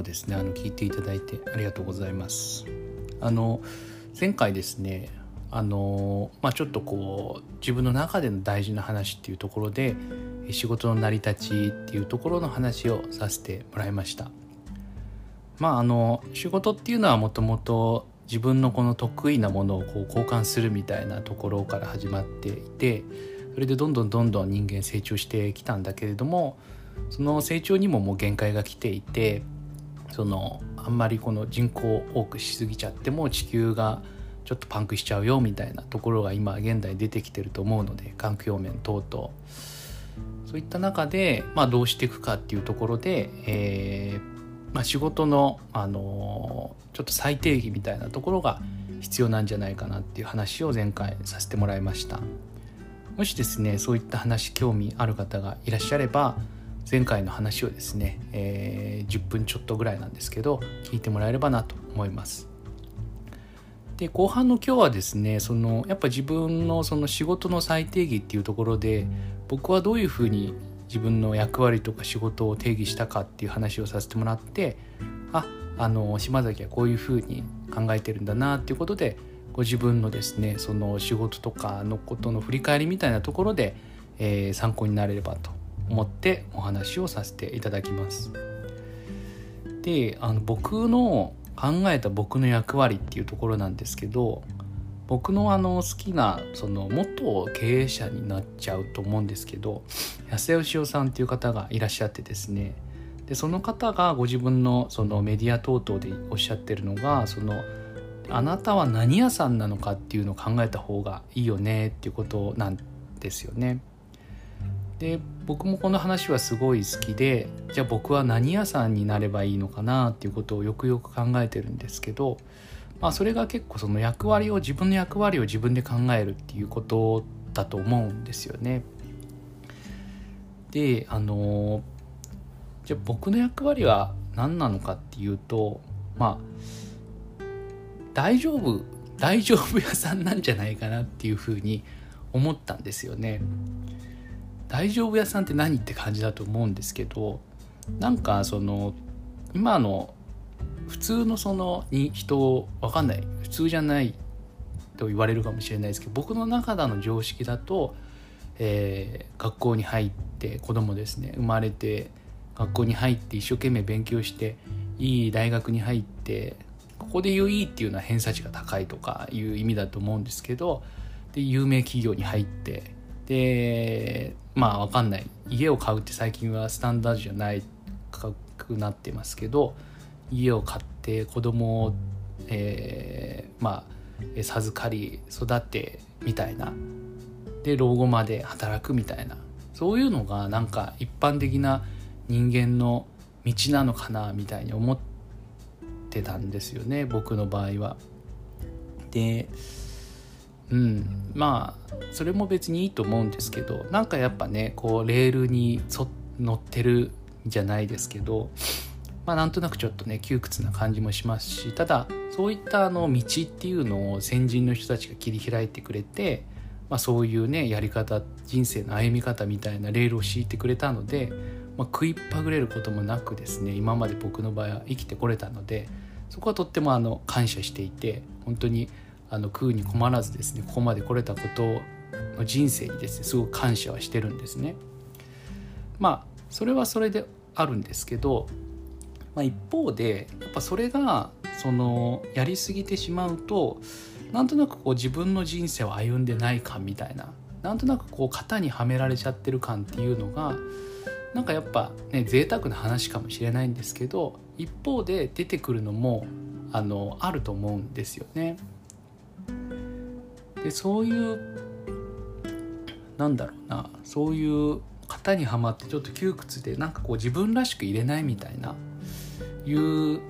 ですね聞いていただいてありがとうございます。前回ですねちょっと自分の中での大事な話っていうところで仕事の成り立ちっていうところの話をさせてもらいました。仕事っていうのはもともと自分のこの得意なものを交換するみたいなところから始まっていて、それでどんどん人間成長してきたんだけれども、その成長にももう限界が来ていて、あんまりこの人口を多くしすぎちゃっても地球がちょっとパンクしちゃうよみたいなところが今現代出てきてると思うので、環境面等々そういった中で、どうしていくかっていうところで、仕事の、ちょっと最低限みたいなところが必要なんじゃないかなっていう話を前回させてもらいました。もしですねそういった話興味ある方がいらっしゃれば、前回の話をですね、10分ちょっとぐらいなんですけど聞いてもらえればなと思います。で、後半の今日はですねやっぱ自分のその仕事の最低限っていうところで、僕はどういうふうに自分の役割とか仕事を定義したかっていう話をさせてもらって、島崎はこういうふうに考えてるんだなっていうことで、ご自分のですねその仕事とかのことの振り返りみたいなところで、参考になれればと思ってお話をさせていただきます。で、僕の考えた僕の役割っていうところなんですけど、僕の好きな元経営者になっちゃうと思うんですけど、安田義雄さんっていう方がいらっしゃってですね、でその方がご自分のメディア等々でおっしゃってるのが、あなたは何屋さんなのかっていうのを考えた方がいいよねっていうことなんですよね。で、僕もこの話はすごい好きで、じゃあ僕は何屋さんになればいいのかなっていうことをよくよく考えてるんですけど、それが結構自分の役割を自分で考えるっていうことだと思うんですよね。で、じゃあ僕の役割は何なのかっていうと、大丈夫屋さんなんじゃないかなっていうふうに思ったんですよね。大丈夫屋さんって何って感じだと思うんですけど、今の普通の人わかんない、普通じゃないと言われるかもしれないですけど、僕の中での常識だと、学校に入って子供ですね生まれて学校に入って一生懸命勉強していい大学に入って、ここで言ういいっていうのは偏差値が高いとかいう意味だと思うんですけど、で有名企業に入って、でわかんない、家を買うって最近はスタンダードじゃないくなってますけど、家を買って子供を、授かり育てみたいな、で老後まで働くみたいな、そういうのが一般的な人間の道なのかなみたいに思ってたんですよね、僕の場合は。で、それも別にいいと思うんですけど、やっぱねレールに乗ってるんじゃないですけど、なんとなくちょっとね窮屈な感じもしますし、ただそういった道っていうのを先人の人たちが切り開いてくれて、そういうねやり方、人生の歩み方みたいなレールを敷いてくれたので、食いっぱぐれることもなくですね今まで僕の場合は生きてこれたので、そこはとっても感謝していて、本当に食うに困らずですねここまで来れたことの人生にですねすごく感謝はしてるんですね。それはそれであるんですけど、一方でやっぱそれがやりすぎてしまうと、なんとなく自分の人生を歩んでない感みたいな、なんとなく型にはめられちゃってる感っていうのがやっぱね贅沢な話かもしれないんですけど、一方で出てくるのもあると思うんですよね。で、そういうそういう型にはまってちょっと窮屈で自分らしく入れないみたいないう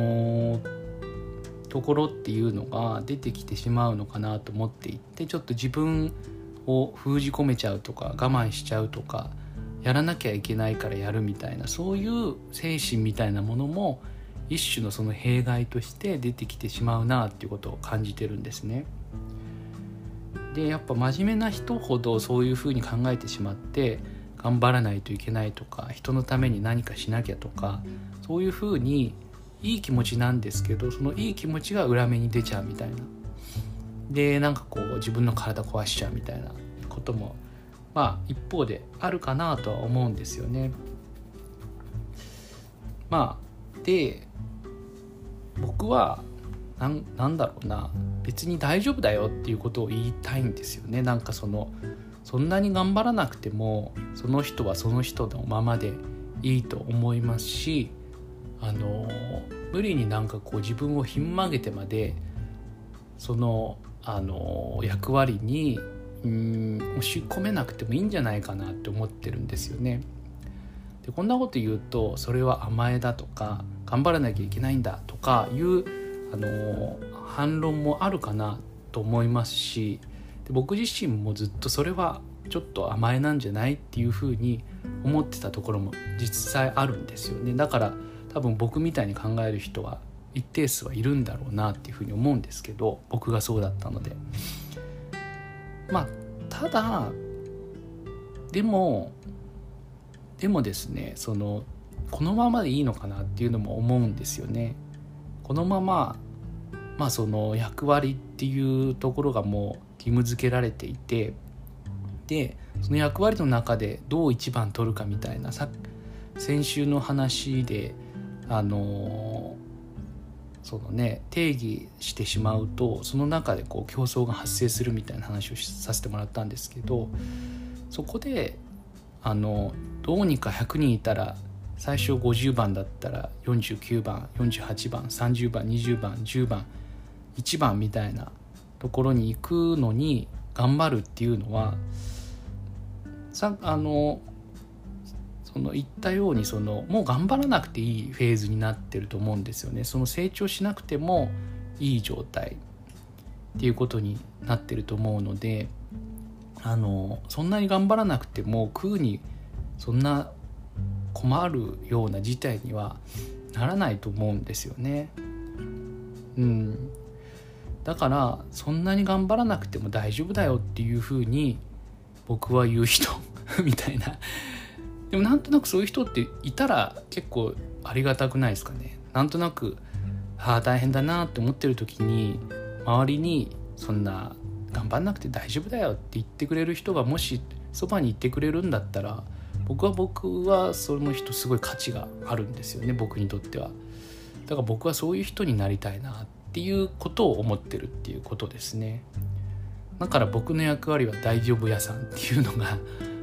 ところっていうのが出てきてしまうのかなと思っていて、ちょっと自分を封じ込めちゃうとか我慢しちゃうとか、やらなきゃいけないからやるみたいな、そういう精神みたいなものも一種の弊害として出てきてしまうなっていうことを感じてるんですね。で、やっぱ真面目な人ほどそういうふうに考えてしまって、頑張らないといけないとか、人のために何かしなきゃとか、そういうふうにいい気持ちなんですけど、そのいい気持ちが裏目に出ちゃうみたいな、でなんかこう自分の体壊しちゃうみたいなことも一方であるかなとは思うんですよね。で僕はなんだろうな、別に大丈夫だよっていうことを言いたいんですよね。なんかそんなに頑張らなくてもその人はその人のままでいいと思いますし、無理になんかこう自分をひん曲げてまでその役割に押し込めなくてもいいんじゃないかなって思ってるんですよね。でこんなこと言うとそれは甘えだとか頑張らなきゃいけないんだとかいう反論もあるかなと思いますし、で僕自身もずっとそれはちょっと甘えなんじゃないっていうふうに思ってたところも実際あるんですよね。だから多分僕みたいに考える人は一定数はいるんだろうなっていうふうに思うんですけど、僕がそうだったので、ただでもですね、このままでいいのかなっていうのも思うんですよね。このままその役割っていうところがもう義務付けられていて、でその役割の中でどう一番取るかみたいな、先週の話で定義してしまうとその中でこう競争が発生するみたいな話をさせてもらったんですけど、そこでどうにか100人いたら最初50番だったら49番48番30番20番10番1番みたいなところに行くのに頑張るっていうのは言ったようにもう頑張らなくていいフェーズになってると思うんですよね。成長しなくてもいい状態っていうことになってると思うので、そんなに頑張らなくても食うにそんな困るような事態にはならないと思うんですよね。だからそんなに頑張らなくても大丈夫だよっていうふうに僕は言う人みたいな。でもなんとなくそういう人っていたら結構ありがたくないですかね。なんとなく大変だなって思ってる時に周りにそんな頑張んなくて大丈夫だよって言ってくれる人がもしそばにいてくれるんだったら、僕はその人すごい価値があるんですよね、僕にとっては。だから僕はそういう人になりたいなっていうことを思ってるっていうことですね。だから僕の役割は大丈夫屋さんっていうのが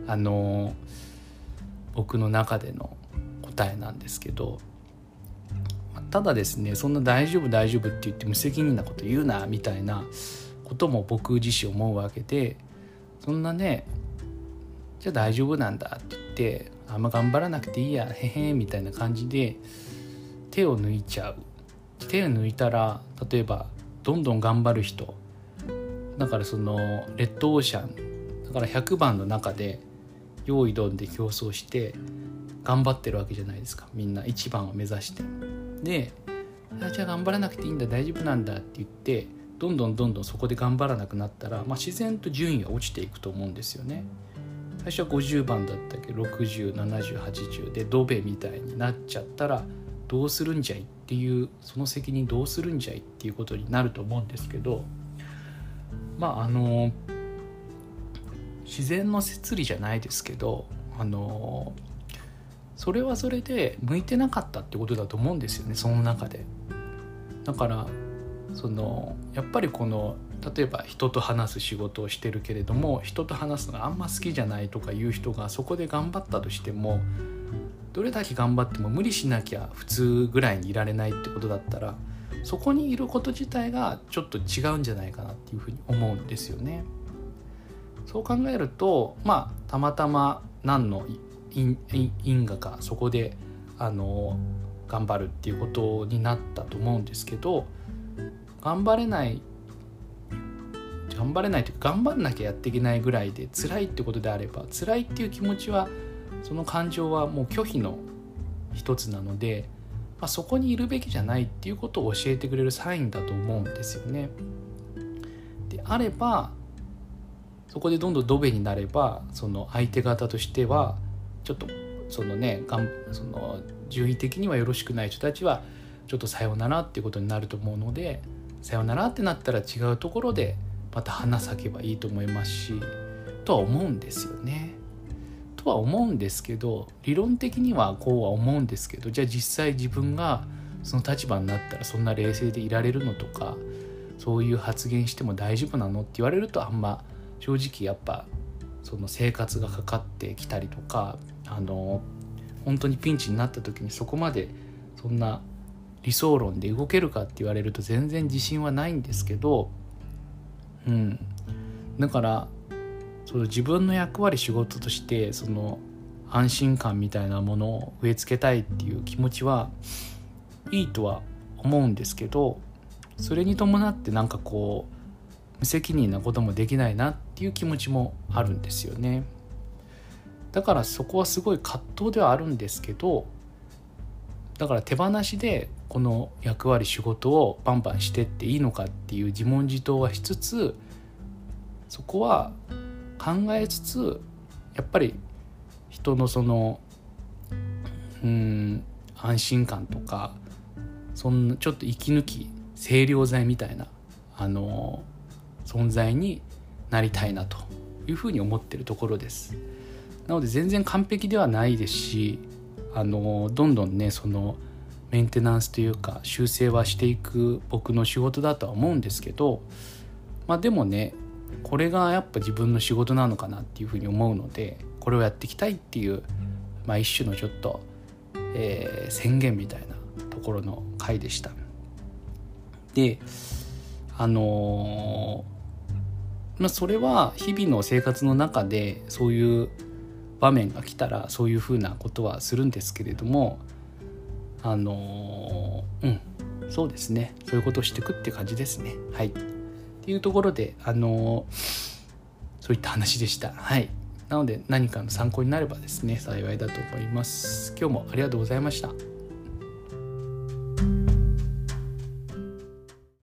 僕の中での答えなんですけど、ただですね、そんな大丈夫って言って無責任なこと言うなみたいなことも僕自身思うわけで、そんなね、じゃあ大丈夫なんだって言ってあんま頑張らなくていいやへへみたいな感じで手を抜いちゃう。手を抜いたら例えばどんどん頑張る人だから、レッドオーシャンだから100番の中で用意どんで競争して頑張ってるわけじゃないですか、みんな1番を目指して。でじゃあ頑張らなくていいんだ大丈夫なんだって言ってどんどんそこで頑張らなくなったら、自然と順位が落ちていくと思うんですよね。最初は50番だったけど60、70、80でドベみたいになっちゃったらどうするんじゃいっていう、その責任どうするんじゃいっていうことになると思うんですけど、自然の摂理じゃないですけど、それはそれで向いてなかったってことだと思うんですよね、その中で。だからやっぱり例えば人と話す仕事をしてるけれども人と話すのがあんま好きじゃないとかいう人がそこで頑張ったとしても、どれだけ頑張っても無理しなきゃ普通ぐらいにいられないってことだったら、そこにいること自体がちょっと違うんじゃないかなっていうふうに思うんですよね。そう考えるとたまたま何の因果かそこで頑張るっていうことになったと思うんですけど、頑張れないというか頑張んなきゃやっていけないぐらいで辛いってことであれば、辛いっていう気持ちはその感情はもう拒否の一つなので、そこにいるべきじゃないっていうことを教えてくれるサインだと思うんですよね。であればそこでどんどんドベになれば、その相手方としてはちょっと順位的にはよろしくない人たちはちょっとさようならっていうことになると思うので、さようならってなったら違うところでまた花咲けばいいと思いますし、とは思うんですよね。とは思うんですけど、理論的にはこうは思うんですけど、じゃあ実際自分がその立場になったらそんな冷静でいられるのとか、そういう発言しても大丈夫なのって言われると、あんま正直やっぱその生活がかかってきたりとか、本当にピンチになった時にそこまでそんな理想論で動けるかって言われると全然自信はないんですけど、だからその自分の役割仕事としてその安心感みたいなものを植え付けたいっていう気持ちはいいとは思うんですけど、それに伴ってなんかこう無責任なこともできないなっていう気持ちもあるんですよね。だからそこはすごい葛藤ではあるんですけど、だから手放しでこの役割仕事をバンバンしてっていいのかっていう自問自答はしつつ、そこは考えつつ、やっぱり人のその安心感とか、そんなちょっと息抜き清涼剤みたいな存在になりたいなというふうに思っているところです。なので全然完璧ではないですし、どんどんねそのメンテナンスというか修正はしていく僕の仕事だとは思うんですけど、でもね、これがやっぱ自分の仕事なのかなっていうふうに思うので、これをやっていきたいっていう、一種のちょっと、宣言みたいなところの回でした。で、それは日々の生活の中でそういう場面が来たらそういうふうなことはするんですけれども、そうですね、そういうことをしていくって感じですね。はい、っていうところでそういった話でした。はい、なので何かの参考になればですね幸いだと思います。今日もありがとうございました。